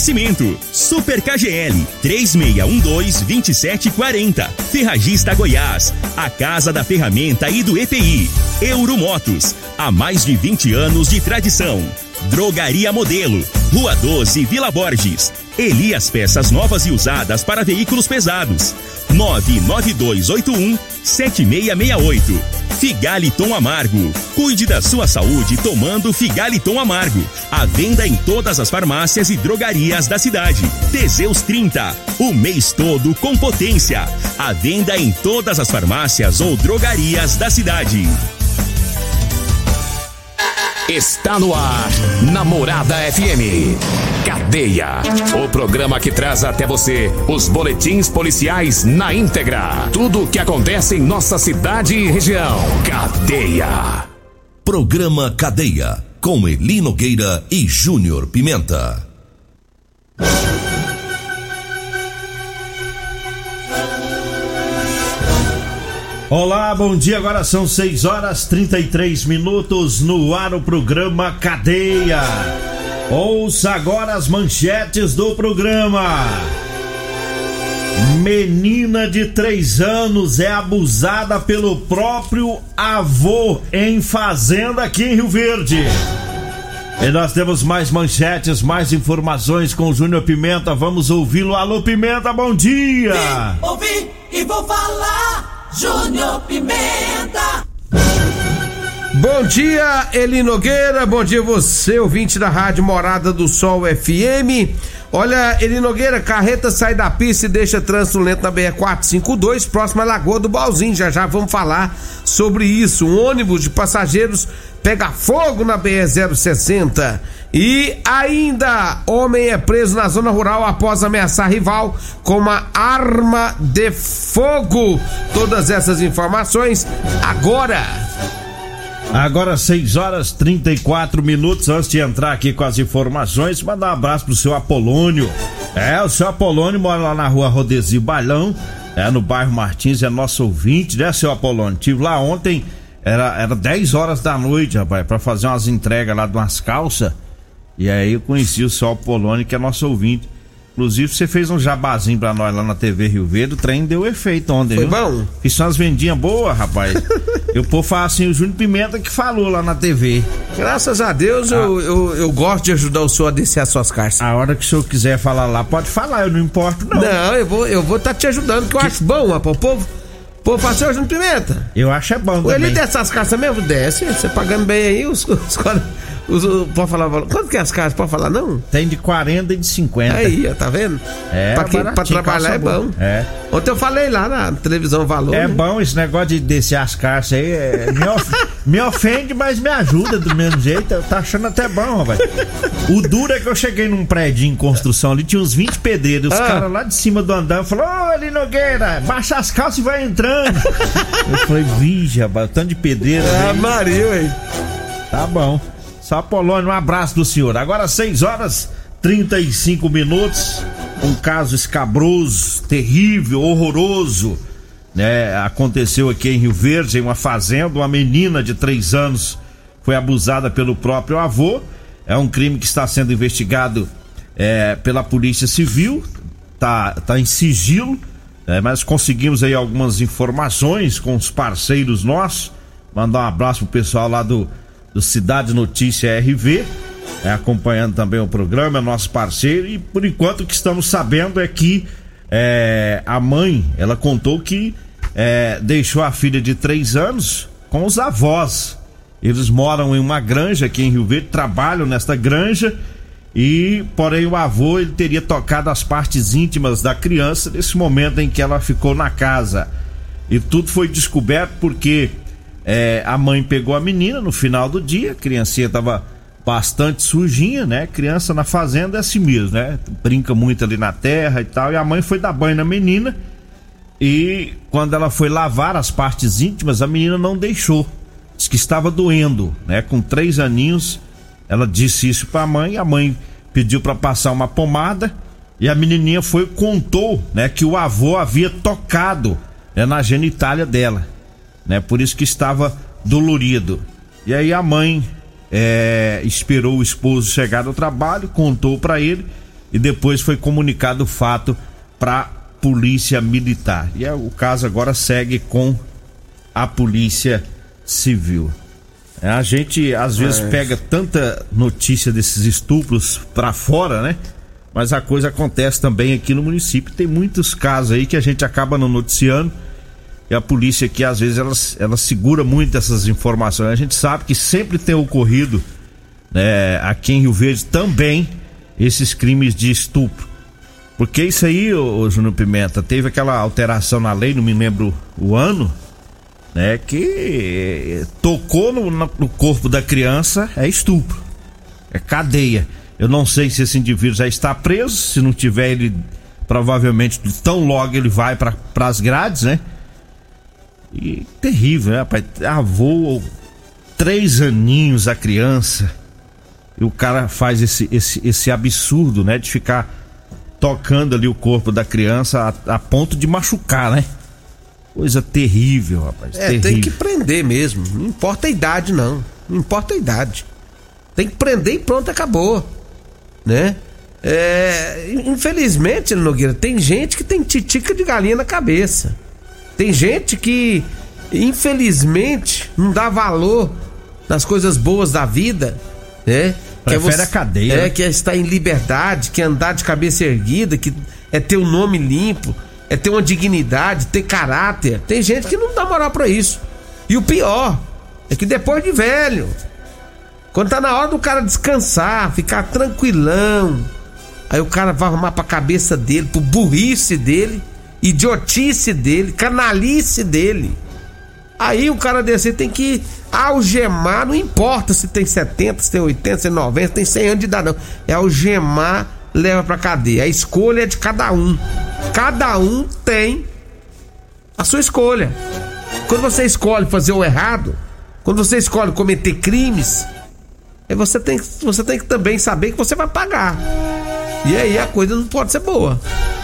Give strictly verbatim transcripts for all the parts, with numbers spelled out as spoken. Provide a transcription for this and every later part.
Oferecimento Super K G L três seis um dois, dois sete quatro zero. Ferragista Goiás, a casa da ferramenta e do E P I. Euromotos, há mais de vinte anos de tradição. Drogaria Modelo, Rua doze, Vila Borges. Elias Peças Novas e Usadas para Veículos Pesados. nove nove dois oito um, sete seis seis oito. Figaliton Amargo. Cuide da sua saúde tomando Figaliton Amargo. À venda em todas as farmácias e drogarias da cidade. Teseus trinta. O mês todo com potência. À venda em todas as farmácias ou drogarias da cidade. Está no ar, Namorada F M. Cadeia, o programa que traz até você os boletins policiais na íntegra. Tudo o que acontece em nossa cidade e região. Cadeia. Programa Cadeia, com Eli Nogueira e Júnior Pimenta. Olá, bom dia, agora são seis horas trinta e três minutos, no ar o programa Cadeia. Ouça agora as manchetes do programa. Menina de três anos é abusada pelo próprio avô em fazenda aqui em Rio Verde. E nós temos mais manchetes, mais informações com o Júnior Pimenta, vamos ouvi-lo. Alô Pimenta, bom dia! Vim, ouvi e vou falar. Júnior Pimenta. Bom dia, Eli Nogueira, bom dia você, ouvinte da Rádio Morada do Sol F M. Olha, Eli Nogueira, carreta sai da pista e deixa trânsito lento na B R quatrocentos e cinquenta e dois, próxima à Lagoa do Balzinho. Já já vamos falar sobre isso. Um ônibus de passageiros pega fogo na B R zero sessenta. E ainda, homem é preso na zona rural após ameaçar rival com uma arma de fogo. Todas essas informações agora. Agora seis horas trinta e quatro minutos. Antes de entrar aqui com as informações, mandar um abraço pro seu Apolônio. É, o seu Apolônio mora lá na rua Rodesi Bailão, é, no bairro Martins, é nosso ouvinte, né, seu Apolônio? Tive lá ontem, era, era dez horas da noite, rapaz, pra fazer umas entregas lá de umas calças. E aí eu conheci o seu Apolônio, que é nosso ouvinte. Inclusive, você fez um jabazinho pra nós lá na T V Rio Verde, o trem deu efeito ontem, Foi viu? bom? Fiz umas vendinhas boas, rapaz. Eu pô falar assim, o Júnior Pimenta que falou lá na T V. Graças a Deus, ah. eu, eu, eu gosto de ajudar o senhor a descer as suas carças. A hora que o senhor quiser falar lá, pode falar, eu não importo não. Não, eu vou eu vou tá te ajudando, que eu que... acho bom, rapaz, o povo... Pô, fala, seu Júnior Pimenta. Eu acho é bom também. Ele desce as carças mesmo? Desce, você pagando bem aí, os... os, os, os pode falar, quanto que é as carças? Pode falar, não? Tem de quarenta e de cinquenta. Aí, ó, tá vendo? É, pra, quem, pra trabalhar é bom. É. Ontem eu falei lá na televisão Valor. É, né? Bom esse negócio de descer as carças aí, é, me, of, me ofende, mas me ajuda do mesmo jeito. Eu tô achando até bom, rapaz. O duro é que eu cheguei num prédio em construção ali, tinha uns vinte pedreiros, os ah. caras lá de cima do andame falaram, ô, Eli Nogueira, baixa as calças e vai entrando. Eu falei, vige, rapaz, tanto de pedreiro. Ah, Maria, ué. Tá bom. Só Apolônio, um abraço do senhor. Agora seis horas trinta e cinco minutos. Um caso escabroso, terrível, horroroso, né? Aconteceu aqui em Rio Verde, em uma fazenda. Uma menina de três anos foi abusada pelo próprio avô. É um crime que está sendo investigado é, pela Polícia Civil. Tá, tá em sigilo. É, mas conseguimos aí algumas informações com os parceiros nossos. Mandar um abraço pro pessoal lá do, do Cidade Notícia R V, é, acompanhando também o programa, é nosso parceiro. E por enquanto o que estamos sabendo é que é, a mãe, ela contou que é, deixou a filha de três anos com os avós. Eles moram em uma granja aqui em Rio Verde, trabalham nesta granja. E, porém, o avô ele teria tocado as partes íntimas da criança nesse momento em que ela ficou na casa. E tudo foi descoberto porque é, a mãe pegou a menina no final do dia, a criancinha estava bastante sujinha, né? Criança na fazenda é assim mesmo, né? Brinca muito ali na terra e tal. E a mãe foi dar banho na menina e quando ela foi lavar as partes íntimas, a menina não deixou. Diz que estava doendo, né? Com três aninhos. Ela disse isso pra mãe, a mãe pediu pra passar uma pomada e a menininha foi e contou, né, que o avô havia tocado, né, na genitália dela, né, por isso que estava dolorido. E aí a mãe é, esperou o esposo chegar do trabalho, contou pra ele e depois foi comunicado o fato para polícia militar. E é, o caso agora segue com a polícia civil. É, a gente às vezes Mas... pega tanta notícia desses estupros para fora, né? Mas a coisa acontece também aqui no município. Tem muitos casos aí que a gente acaba não noticiando. E a polícia aqui, às vezes, ela, ela segura muito essas informações. A gente sabe que sempre tem ocorrido, né, aqui em Rio Verde também esses crimes de estupro. Porque isso aí, ô, ô Júnior Pimenta, teve aquela alteração na lei, não me lembro o ano, né, que tocou no, no corpo da criança, é estupro, é cadeia. Eu não sei se esse indivíduo já está preso, se não tiver, ele provavelmente tão logo ele vai para as grades, né? E terrível, né, rapaz? Avô, três aninhos a criança, e o cara faz esse, esse, esse absurdo, né? De ficar tocando ali o corpo da criança a, a ponto de machucar, né? Coisa terrível, rapaz. É, terrível. Tem que prender mesmo. Não importa a idade, não. Não importa a idade. Tem que prender e pronto, acabou. Né? É, infelizmente, Nogueira, tem gente que tem titica de galinha na cabeça. Tem gente que, infelizmente, não dá valor nas coisas boas da vida, né? Prefere que é você, a cadeia. É, né? que é estar em liberdade, que é andar de cabeça erguida, que é ter um nome limpo, é ter uma dignidade, ter caráter. Tem gente que não dá moral pra isso. E o pior é que depois de velho, quando tá na hora do cara descansar, ficar tranquilão, aí o cara vai arrumar pra cabeça dele, pro burrice dele, idiotice dele, canalice dele. Aí o cara desse tem que algemar, não importa se tem setenta, se tem oitenta, se tem noventa, se tem cem anos de idade, não. É algemar, leva pra cadeia. A escolha é de cada um. Cada um tem a sua escolha. Quando você escolhe fazer o errado, quando você escolhe cometer crimes, aí você tem, você tem que também saber que você vai pagar. E aí a coisa não pode ser boa.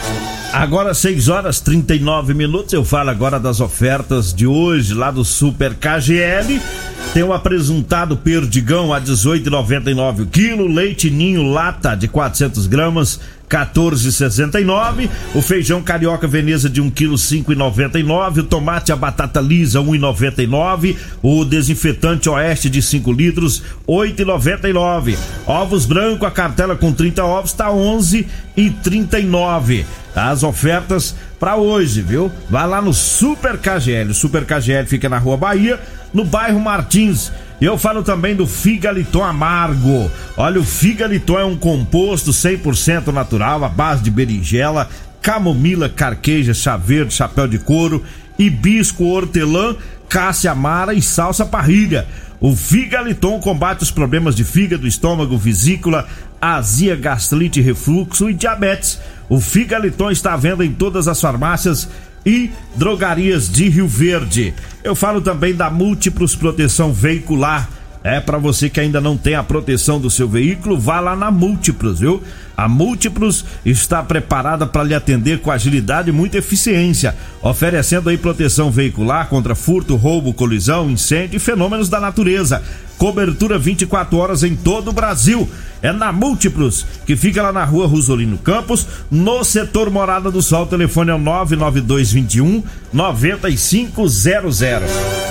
Agora seis horas e trinta e nove minutos, eu falo agora das ofertas de hoje lá do Super K G L. Tem o apresentado perdigão a dezoito reais e noventa e nove centavos o quilo, leite ninho lata de quatrocentas gramas, quatorze reais e sessenta e nove centavos, o feijão carioca Veneza de um quilo, cinco reais e noventa e nove centavos, o tomate a batata lisa um real e noventa e nove centavos, o desinfetante Oeste de cinco litros, oito reais e noventa e nove centavos, ovos branco, a cartela com trinta ovos tá onze reais e trinta e nove centavos. As ofertas para hoje, viu? Vai lá no Super K G L. O Super K G L fica na Rua Bahia, no bairro Martins. Eu falo também do Figaliton Amargo. Olha, o Figaliton é um composto cem por cento natural, à base de berinjela, camomila, carqueja, chá verde, chapéu de couro, hibisco, hortelã, cássia amara e salsa parrilha. O Figaliton combate os problemas de fígado, estômago, vesícula, azia, gastrite, refluxo e diabetes. O Figaliton está à venda em todas as farmácias e drogarias de Rio Verde. Eu falo também da Múltiplos Proteção Veicular. É para você que ainda não tem a proteção do seu veículo, vá lá na Múltiplos, viu? A Múltiplos está preparada para lhe atender com agilidade e muita eficiência, oferecendo aí proteção veicular contra furto, roubo, colisão, incêndio e fenômenos da natureza. Cobertura vinte e quatro horas em todo o Brasil. É na Múltiplos, que fica lá na Rua Rosolino Campos, no setor Morada do Sol. O telefone é o nove nove dois dois um nove cinco zero zero.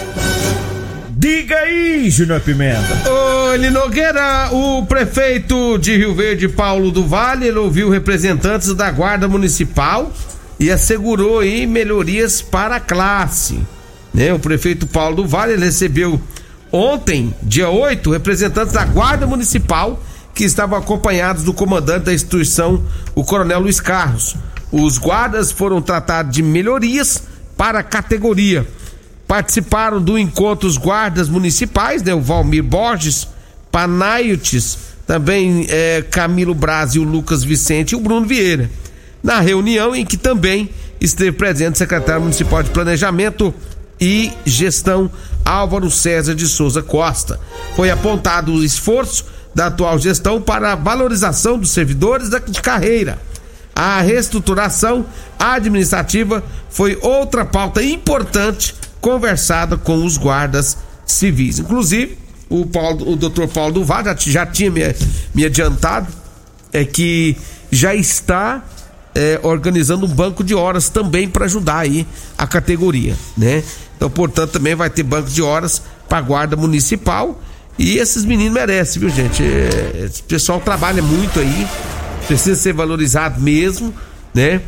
Diga aí, Júnior Pimenta. Ô, Eli Nogueira, o prefeito de Rio Verde, Paulo do Vale, ele ouviu representantes da Guarda Municipal e assegurou aí melhorias para a classe. Né? O prefeito Paulo do Vale, ele recebeu ontem, dia oito, representantes da Guarda Municipal que estavam acompanhados do comandante da instituição, o Coronel Luiz Carlos. Os guardas foram tratados de melhorias para a categoria. Participaram do encontro os guardas municipais, né? O Valmir Borges, Panayotis, também é, Camilo Braz e o Lucas Vicente e o Bruno Vieira. Na reunião em que também esteve presente o secretário municipal de Planejamento e Gestão, Álvaro César de Souza Costa. Foi apontado o esforço da atual gestão para a valorização dos servidores de carreira. A reestruturação administrativa foi outra pauta importante conversada com os guardas civis. Inclusive, o, Paulo, o doutor Paulo do Vale já, já tinha me, me adiantado é que já está é, organizando um banco de horas também para ajudar aí a categoria, né? Então, portanto, também vai ter banco de horas para a guarda municipal. E esses meninos merecem, viu, gente? É, esse pessoal trabalha muito aí, precisa ser valorizado mesmo, né?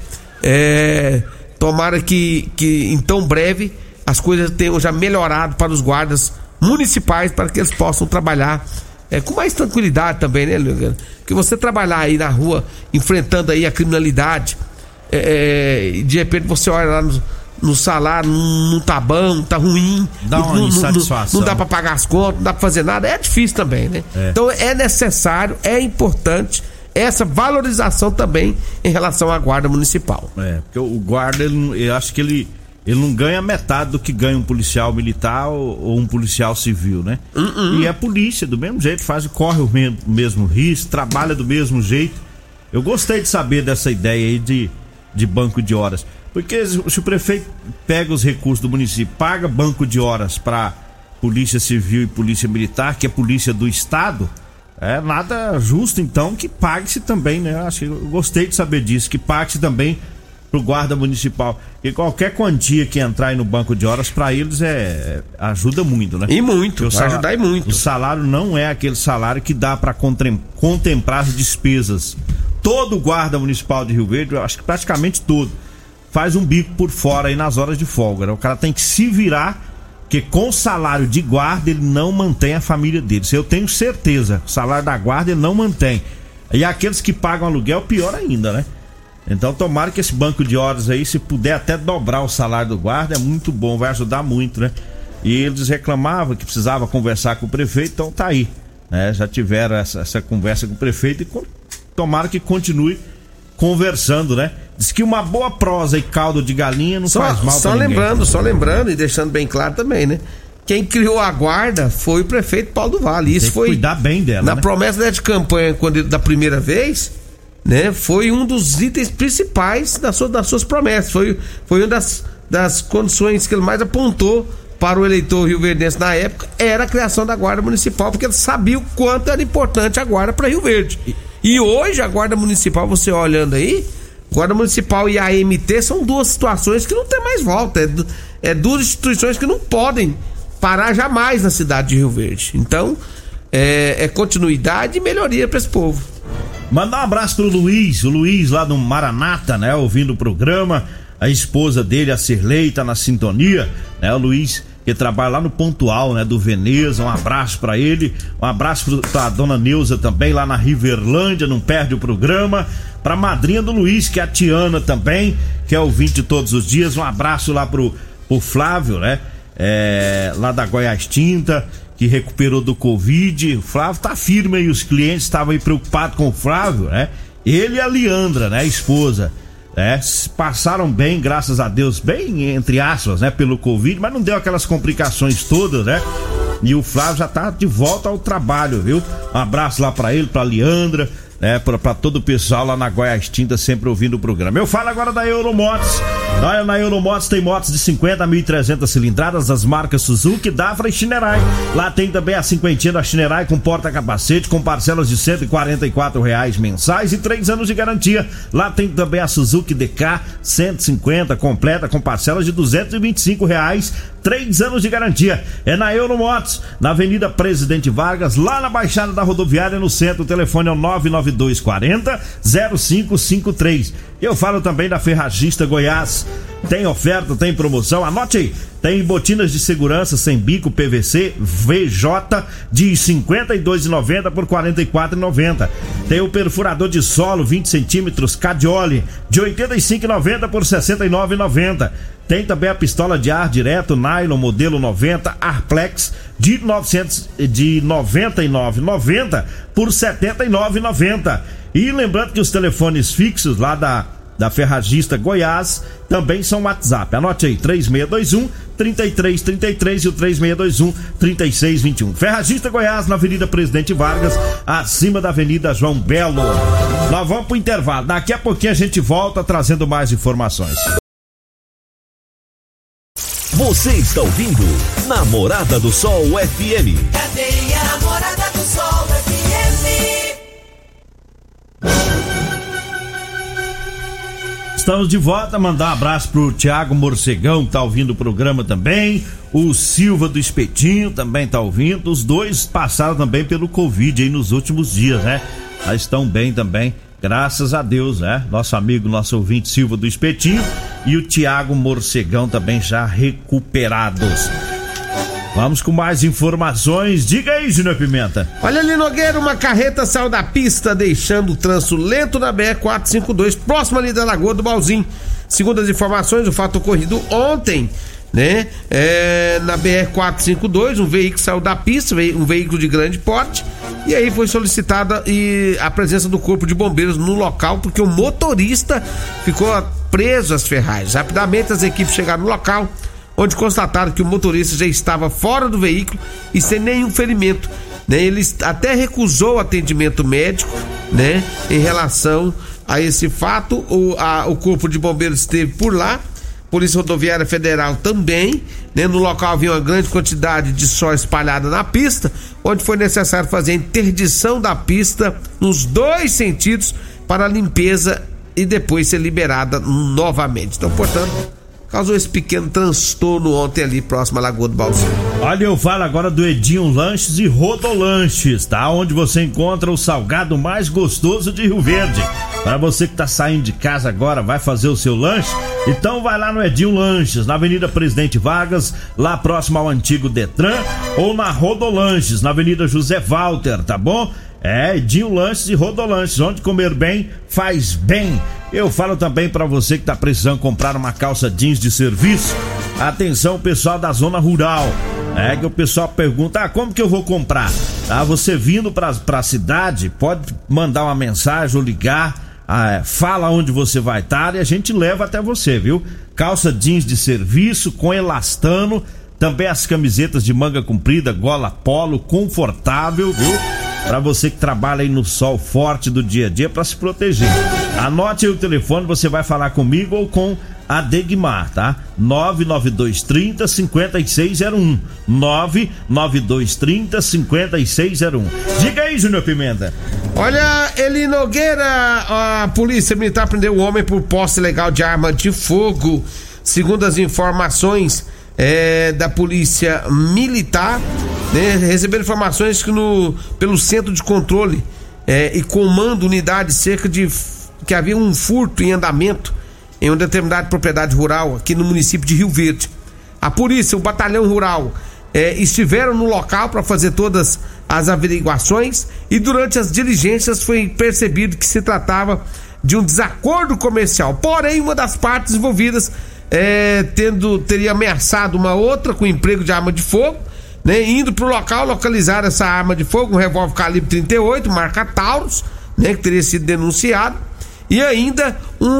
É, tomara que, que em tão breve as coisas tenham já melhorado para os guardas municipais, para que eles possam trabalhar é, com mais tranquilidade também, né, Leandro? Porque você trabalhar aí na rua, enfrentando aí a criminalidade, é, de repente você olha lá no, no salário, não tá bom, tá ruim, dá uma não, insatisfação. Não, não dá pra pagar as contas, não dá pra fazer nada, é difícil também, né? É. Então é necessário, é importante essa valorização também em relação à guarda municipal. É, porque o guarda, ele, eu acho que ele, ele não ganha metade do que ganha um policial militar ou, ou um policial civil, né? Uh-uh. E é polícia, do mesmo jeito, faz, corre o mesmo, mesmo risco, trabalha do mesmo jeito. Eu gostei de saber dessa ideia aí de, de banco de horas. Porque se o prefeito pega os recursos do município, paga banco de horas para polícia civil e polícia militar, que é polícia do estado, é nada justo então que pague-se também, né? Acho que eu gostei de saber disso, que pague-se também pro guarda municipal. E qualquer quantia que entrar aí no banco de horas, para eles é ajuda muito, né? E muito, vai salário, ajudar e muito. O salário não é aquele salário que dá para contemplar as despesas. Todo guarda municipal de Rio Verde, eu acho que praticamente todo, faz um bico por fora aí nas horas de folga, né? O cara tem que se virar, porque com o salário de guarda ele não mantém a família dele. Isso eu tenho certeza. O salário da guarda ele não mantém. E aqueles que pagam aluguel, pior ainda, né? Então tomara que esse banco de horas aí, se puder até dobrar o salário do guarda, é muito bom, vai ajudar muito, né? E eles reclamavam que precisava conversar com o prefeito, então tá aí, né? Já tiveram essa, essa conversa com o prefeito e tomara que continue conversando, né? Diz que uma boa prosa e caldo de galinha não só, faz mal só pra ninguém. lembrando, só lembrando e deixando bem claro também, né? Quem criou a guarda foi o prefeito Paulo do Vale. Isso tem que foi cuidar bem dela, na né? promessa de campanha quando ele, da primeira vez, né? Foi um dos itens principais das suas, das suas promessas. Foi, foi uma das, das condições que ele mais apontou para o eleitor rioverdense na época, era a criação da guarda municipal, porque ele sabia o quanto era importante a guarda para Rio Verde. E, e hoje a guarda municipal, você olhando aí, guarda municipal e a M T são duas situações que não tem mais volta. É, é duas instituições que não podem parar jamais na cidade de Rio Verde. Então, é, é continuidade e melhoria para esse povo. Mandar um abraço pro Luiz, o Luiz lá do Maranata, né? Ouvindo o programa, a esposa dele, a Cirlei, tá na sintonia, né? O Luiz, que trabalha lá no Pontual, né? Do Veneza, um abraço pra ele, um abraço pro, pra dona Neuza também, lá na Riverlândia, não perde o programa. Pra madrinha do Luiz, que é a Tiana também, que é ouvinte todos os dias, um abraço lá pro, pro Flávio, né? É, lá da Goiás Tinta, que recuperou do Covid. O Flávio tá firme aí, os clientes estavam aí preocupados com o Flávio, né? Ele e a Leandra, né? A esposa, né? Passaram bem, graças a Deus, bem entre aspas, né? Pelo Covid, mas não deu aquelas complicações todas, né? E o Flávio já tá de volta ao trabalho, viu? Um abraço lá pra ele, pra Leandra, né, pra, pra todo o pessoal lá na Goiás Tinta, sempre ouvindo o programa. Eu falo agora da Euromotos. Na, na Euromotos tem motos de cinquenta a mil e trezentas cilindradas das marcas Suzuki, Dafra e Shinerai. Lá tem também a cinquentinha da Shinerai com porta-capacete, com parcelas de cento e quarenta e quatro reais mensais e três anos de garantia. Lá tem também a Suzuki D K cento e cinquenta completa com parcelas de duzentos e vinte e cinco reais, três anos de garantia. É na Euromotos, na Avenida Presidente Vargas, lá na Baixada da Rodoviária, no centro. O telefone é o nove nove dois quatro zero zero cinco cinco três. Eu falo também da Ferragista Goiás. Tem oferta, tem promoção, anote aí. Tem botinas de segurança sem bico P V C V J de cinquenta e dois reais e noventa centavos por quarenta e quatro reais e noventa centavos. Tem o perfurador de solo vinte centímetros Cadioli de oitenta e cinco reais e noventa centavos por sessenta e nove reais e noventa centavos. Tem também a pistola de ar direto nylon modelo noventa Arplex de novecentos de noventa e nove reais e noventa centavos por setenta e nove reais e noventa centavos. E lembrando que os telefones fixos lá da da Ferragista Goiás também são WhatsApp. Anote aí, três seis dois um, três três três três e o três seis dois um, três seis dois um. Ferragista Goiás, na Avenida Presidente Vargas, acima da Avenida João Belo. Nós vamos pro intervalo. Daqui a pouquinho a gente volta trazendo mais informações. Você está ouvindo Namorada do Sol F M. Cadê a Namorada do Sol F M? Estamos de volta, mandar um abraço pro Tiago Morcegão, que tá ouvindo o programa também. O Silva do Espetinho também tá ouvindo. Os dois passaram também pelo Covid aí nos últimos dias, né? Mas estão bem também, graças a Deus, né? Nosso amigo, nosso ouvinte Silva do Espetinho e o Tiago Morcegão também já recuperados. Vamos com mais informações. Diga aí, Júnior Pimenta. Olha ali, Nogueira, uma carreta saiu da pista, deixando o trânsito lento na B R quatrocentos e cinquenta e dois, próximo ali da Lagoa do Balzinho. Segundo as informações, o fato ocorrido ontem, né? É, na B R quatrocentos e cinquenta e dois, um veículo saiu da pista, um veículo de grande porte, e aí foi solicitada e a presença do corpo de bombeiros no local, porque o motorista ficou preso às ferragens. Rapidamente as equipes chegaram no local, onde constataram que o motorista já estava fora do veículo e sem nenhum ferimento, né? Ele até recusou atendimento médico, né? Em relação a esse fato, o, a, o corpo de bombeiros esteve por lá, Polícia Rodoviária Federal também, né? No local havia uma grande quantidade de sóis espalhada na pista, onde foi necessário fazer a interdição da pista nos dois sentidos para a limpeza e depois ser liberada novamente. Então, portanto, causou esse pequeno transtorno ontem ali próximo à Lagoa do Balzinho. Olha, eu falo agora do Edinho Lanches e Rodolanches, tá? Onde você encontra o salgado mais gostoso de Rio Verde. Para você que tá saindo de casa agora, vai fazer o seu lanche, então vai lá no Edinho Lanches, na Avenida Presidente Vargas, lá próximo ao antigo Detran, ou na Rodolanches, na Avenida José Walter, tá bom? É, Edinho Lanches e Rodolanches, onde comer bem faz bem. Eu falo também para você que tá precisando comprar uma calça jeans de serviço. Atenção, pessoal da zona rural. É que o pessoal pergunta, ah, como que eu vou comprar? Ah, você vindo pra, pra cidade, pode mandar uma mensagem ou ligar, ah, fala onde você vai estar e a gente leva até você, viu? Calça jeans de serviço com elastano, também as camisetas de manga comprida, gola polo, confortável, viu? Para você que trabalha aí no sol forte do dia a dia para se proteger. Anote aí o telefone, você vai falar comigo ou com a Degmar, tá? nove nove dois três zero cinco seis zero um. nove nove dois três zero cinco seis zero um. Diga aí, Júnior Pimenta. Olha, Eli Nogueira, a polícia militar prendeu o homem por posse ilegal de arma de fogo. Segundo as informações é, da polícia militar, né, receberam informações que no, pelo centro de controle é, e comando unidade cerca de que havia um furto em andamento em uma determinada propriedade rural aqui no município de Rio Verde. A polícia, o batalhão rural é, estiveram no local para fazer todas as averiguações e durante as diligências foi percebido que se tratava de um desacordo comercial, porém uma das partes envolvidas é, tendo, teria ameaçado uma outra com emprego de arma de fogo, né, indo para o local localizar essa arma de fogo, um revólver calibre trinta e oito, marca Taurus, né, que teria sido denunciado, e ainda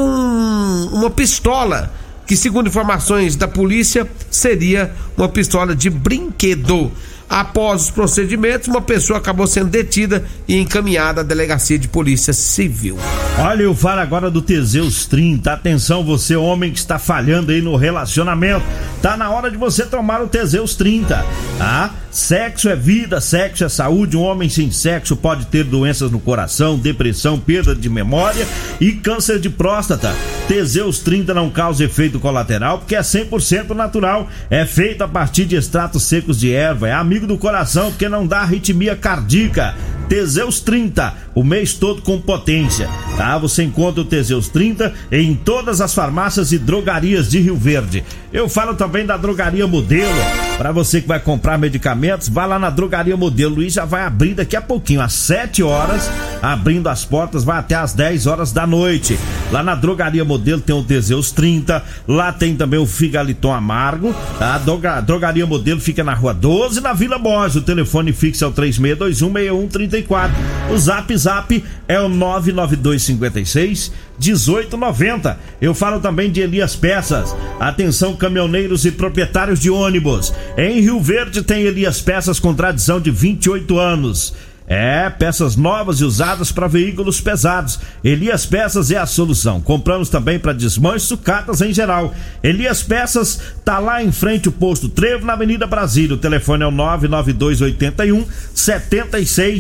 um, uma pistola, que segundo informações da polícia, seria uma pistola de brinquedo. Após os procedimentos, uma pessoa acabou sendo detida e encaminhada à delegacia de polícia civil. Olha, eu falo agora do Teseus trinta. Atenção, você homem que está falhando aí no relacionamento, tá na hora de você tomar o Teseus trinta, tá? Sexo é vida, sexo é saúde. Um homem sem sexo pode ter doenças no coração, depressão, perda de memória e câncer de próstata. Teseus trinta não causa efeito colateral porque é cem por cento natural, é feito a partir de extratos secos de erva, é amigo do coração porque não dá arritmia cardíaca. Teseus trinta, o mês todo com potência, tá? Você encontra o Teseus trinta em todas as farmácias e drogarias de Rio Verde. Eu falo também da Drogaria Modelo. Para você que vai comprar medicamentos, vá lá na Drogaria Modelo. Luiz já vai abrir daqui a pouquinho, às sete horas, abrindo as portas, vai até às dez horas da noite. Lá na Drogaria Modelo tem o Teseus trinta, lá tem também o Figaliton Amargo. A Droga, Drogaria Modelo fica na Rua doze, na Vila Borges. O telefone fixo é o três seis dois um, seis um três quatro. O Zap Zap é o nove nove dois cinco seis um oito nove zero. Eu falo também de Elias Peças. Atenção, caminhoneiros e proprietários de ônibus. Em Rio Verde tem Elias Peças com tradição de vinte e oito anos. É, peças novas e usadas para veículos pesados. Elias Peças é a solução. Compramos também para desmanche, sucatas em geral. Elias Peças tá lá em frente ao posto Trevo, na Avenida Brasília. O telefone é o nove nove dois oito um sete seis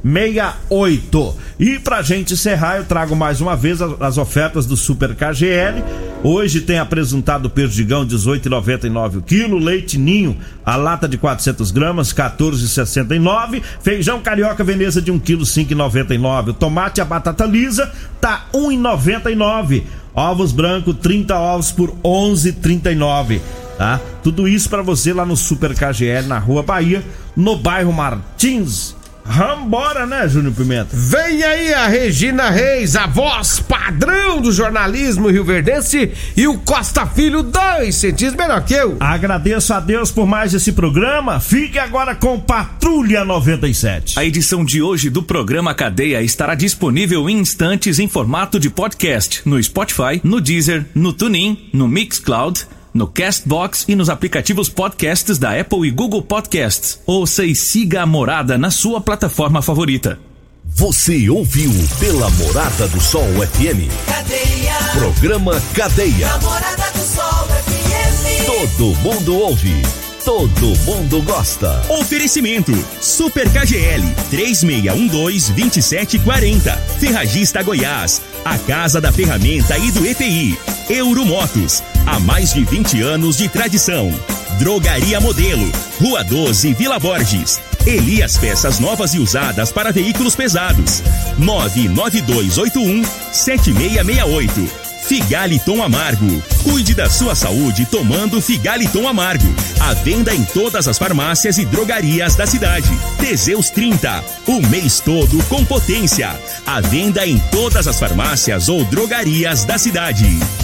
seis oito. E pra gente encerrar, eu trago mais uma vez as, as ofertas do Super K G L. Hoje tem apresentado perdigão dezoito reais e noventa e nove o quilo, leite ninho, a lata de quatrocentas gramas, quatorze reais e sessenta e nove, feijão carioca Veneza de um quilo, cinco reais e noventa e nove, o tomate e a batata lisa tá um real e noventa e nove, ovos brancos, trinta ovos por onze reais e trinta e nove, tá? Tudo isso pra você lá no Super K G L, na Rua Bahia, no bairro Martins. Vambora, né, Júnior Pimenta? Vem aí a Regina Reis, a voz padrão do jornalismo rioverdense, e o Costa Filho, dois centímetros menor que eu. Agradeço a Deus por mais esse programa. Fique agora com Patrulha noventa e sete. A edição de hoje do programa Cadeia estará disponível em instantes em formato de podcast no Spotify, no Deezer, no TuneIn, no Mixcloud, no Castbox e nos aplicativos podcasts da Apple e Google Podcasts. Ouça e siga a Morada na sua plataforma favorita. Você ouviu pela Morada do Sol F M. Cadeia. Programa Cadeia. Morada do Sol F M. Todo mundo ouve. Todo mundo gosta. Oferecimento Super K G L três seis um dois, dois sete quatro zero. Ferragista Goiás, a casa da ferramenta e do E P I. Euromotos, há mais de vinte anos de tradição. Drogaria Modelo, Rua doze, Vila Borges. Elias Peças Novas e Usadas para Veículos Pesados. nove nove dois oito um, sete seis seis oito. Figaliton Amargo. Cuide da sua saúde tomando Figaliton Amargo. À venda em todas as farmácias e drogarias da cidade. Teseus trinta. O mês todo com potência. À venda em todas as farmácias ou drogarias da cidade.